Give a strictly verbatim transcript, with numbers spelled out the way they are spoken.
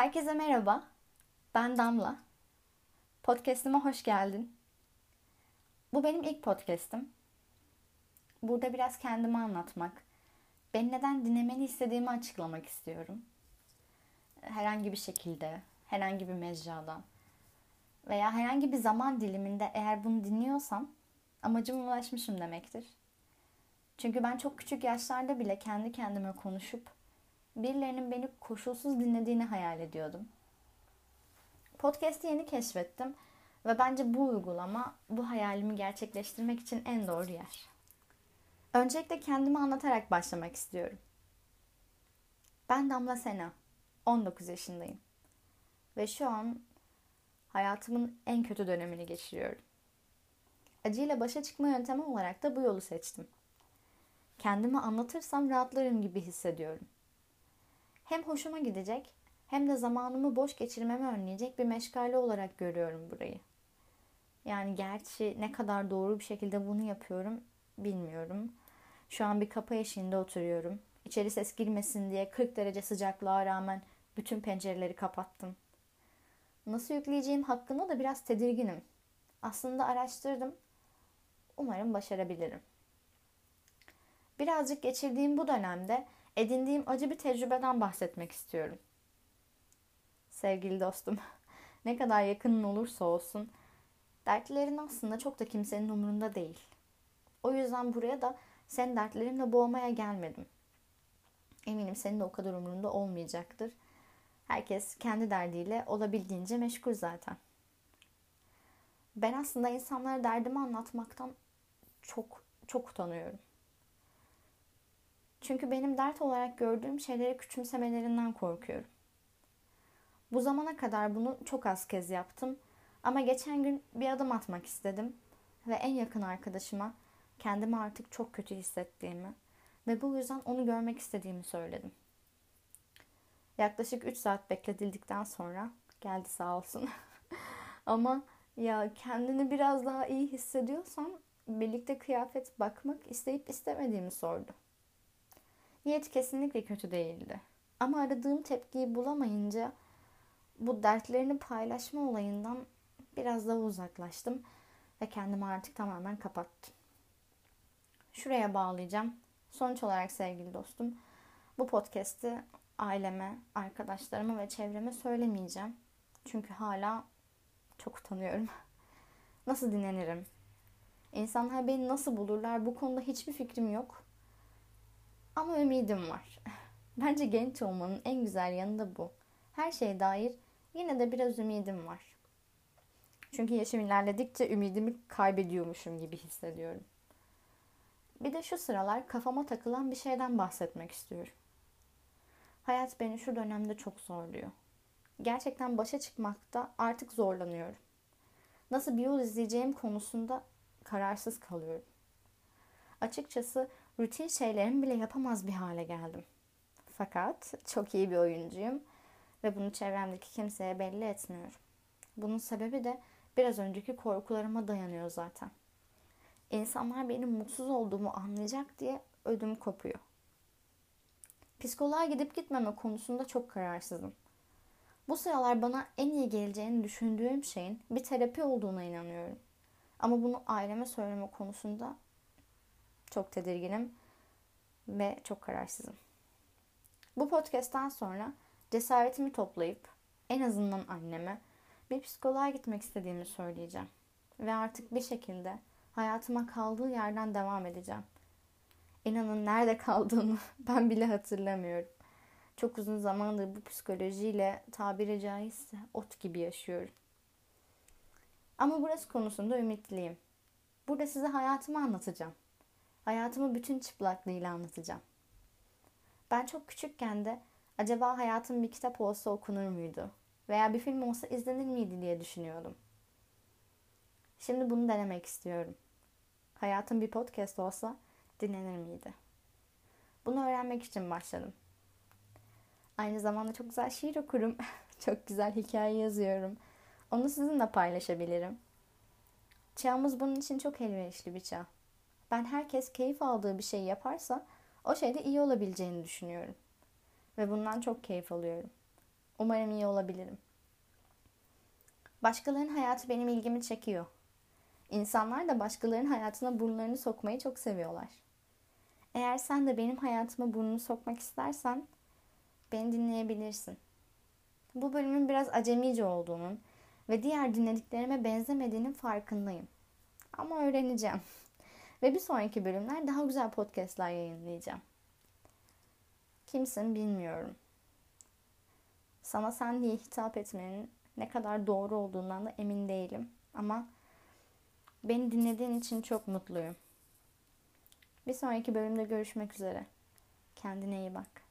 Herkese merhaba, ben Damla. Podcast'ıma hoş geldin. Bu benim ilk podcast'im. Burada biraz kendimi anlatmak, beni neden dinlemeni istediğimi açıklamak istiyorum. Herhangi bir şekilde, herhangi bir mecrada veya herhangi bir zaman diliminde eğer bunu dinliyorsam amacıma ulaşmışım demektir. Çünkü ben çok küçük yaşlarda bile kendi kendime konuşup birilerinin beni koşulsuz dinlediğini hayal ediyordum. Podcast'i yeni keşfettim ve bence bu uygulama bu hayalimi gerçekleştirmek için en doğru yer. Öncelikle kendimi anlatarak başlamak istiyorum. Ben Damla Sena, on dokuz yaşındayım ve şu an hayatımın en kötü dönemini geçiriyorum. Acıyla başa çıkma yöntemi olarak da bu yolu seçtim. Kendimi anlatırsam rahatlarım gibi hissediyorum. Hem hoşuma gidecek hem de zamanımı boş geçirmemi önleyecek bir meşgale olarak görüyorum burayı. Yani gerçi ne kadar doğru bir şekilde bunu yapıyorum bilmiyorum. Şu an bir kapı eşiğinde oturuyorum. İçeri ses girmesin diye kırk derece sıcaklığa rağmen bütün pencereleri kapattım. Nasıl yükleyeceğim hakkında da biraz tedirginim. Aslında araştırdım. Umarım başarabilirim. Birazcık geçirdiğim bu dönemde edindiğim acı bir tecrübeden bahsetmek istiyorum. Sevgili dostum, ne kadar yakının olursa olsun, dertlerin aslında çok da kimsenin umurunda değil. O yüzden buraya da senin dertlerinle boğmaya gelmedim. Eminim senin de o kadar umurunda olmayacaktır. Herkes kendi derdiyle olabildiğince meşgul zaten. Ben aslında insanlara derdimi anlatmaktan çok çok utanıyorum. Çünkü benim dert olarak gördüğüm şeyleri küçümsemelerinden korkuyorum. Bu zamana kadar bunu çok az kez yaptım. Ama geçen gün bir adım atmak istedim. Ve en yakın arkadaşıma kendimi artık çok kötü hissettiğimi ve bu yüzden onu görmek istediğimi söyledim. Yaklaşık üç saat bekletildikten sonra geldi sağ olsun. Ama ya kendini biraz daha iyi hissediyorsan birlikte kıyafet bakmak isteyip istemediğimi sordu. Niyeti kesinlikle kötü değildi. Ama aradığım tepkiyi bulamayınca bu dertlerini paylaşma olayından biraz daha uzaklaştım ve kendimi artık tamamen kapattım. Şuraya bağlayacağım. Sonuç olarak sevgili dostum, bu podcast'i aileme, arkadaşlarıma ve çevreme söylemeyeceğim. Çünkü hala çok utanıyorum. Nasıl dinlenirim? İnsanlar beni nasıl bulurlar? Bu konuda hiçbir fikrim yok. Ama ümidim var. Bence genç olmanın en güzel yanı da bu. Her şeye dair yine de biraz ümidim var. Çünkü yaşım ilerledikçe ümidimi kaybediyormuşum gibi hissediyorum. Bir de şu sıralar kafama takılan bir şeyden bahsetmek istiyorum. Hayat beni şu dönemde çok zorluyor. Gerçekten başa çıkmakta artık zorlanıyorum. Nasıl bir yol izleyeceğim konusunda kararsız kalıyorum. Açıkçası rutin şeylerimi bile yapamaz bir hale geldim. Fakat çok iyi bir oyuncuyum ve bunu çevremdeki kimseye belli etmiyorum. Bunun sebebi de biraz önceki korkularıma dayanıyor zaten. İnsanlar benim mutsuz olduğumu anlayacak diye ödüm kopuyor. Psikoloğa gidip gitmeme konusunda çok kararsızım. Bu sıralar bana en iyi geleceğini düşündüğüm şeyin bir terapi olduğuna inanıyorum. Ama bunu aileme söyleme konusunda çok tedirginim ve çok kararsızım. Bu podcast'ten sonra cesaretimi toplayıp en azından anneme bir psikoloğa gitmek istediğimi söyleyeceğim. Ve artık bir şekilde hayatıma kaldığı yerden devam edeceğim. İnanın nerede kaldığını ben bile hatırlamıyorum. Çok uzun zamandır bu psikolojiyle tabiri caizse ot gibi yaşıyorum. Ama burası konusunda ümitliyim. Burada size hayatımı anlatacağım. Hayatımı bütün çıplaklığıyla anlatacağım. Ben çok küçükken de acaba hayatım bir kitap olsa okunur muydu? Veya bir film olsa izlenir miydi diye düşünüyordum. Şimdi bunu denemek istiyorum. Hayatım bir podcast olsa dinlenir miydi? Bunu öğrenmek için başladım. Aynı zamanda çok güzel şiir okurum. Çok güzel hikaye yazıyorum. Onu sizinle paylaşabilirim. Çağımız bunun için çok elverişli bir çağ. Ben herkes keyif aldığı bir şey yaparsa o şeyde iyi olabileceğini düşünüyorum. Ve bundan çok keyif alıyorum. Umarım iyi olabilirim. Başkalarının hayatı benim ilgimi çekiyor. İnsanlar da başkalarının hayatına burnlarını sokmayı çok seviyorlar. Eğer sen de benim hayatıma burnunu sokmak istersen beni dinleyebilirsin. Bu bölümün biraz acemice olduğunun ve diğer dinlediklerime benzemediğinin farkındayım. Ama öğreneceğim. Ve bir sonraki bölümler daha güzel podcastlar yayınlayacağım. Kimsin bilmiyorum. Sana sen diye hitap etmenin ne kadar doğru olduğundan da emin değilim. Ama beni dinlediğin için çok mutluyum. Bir sonraki bölümde görüşmek üzere. Kendine iyi bak.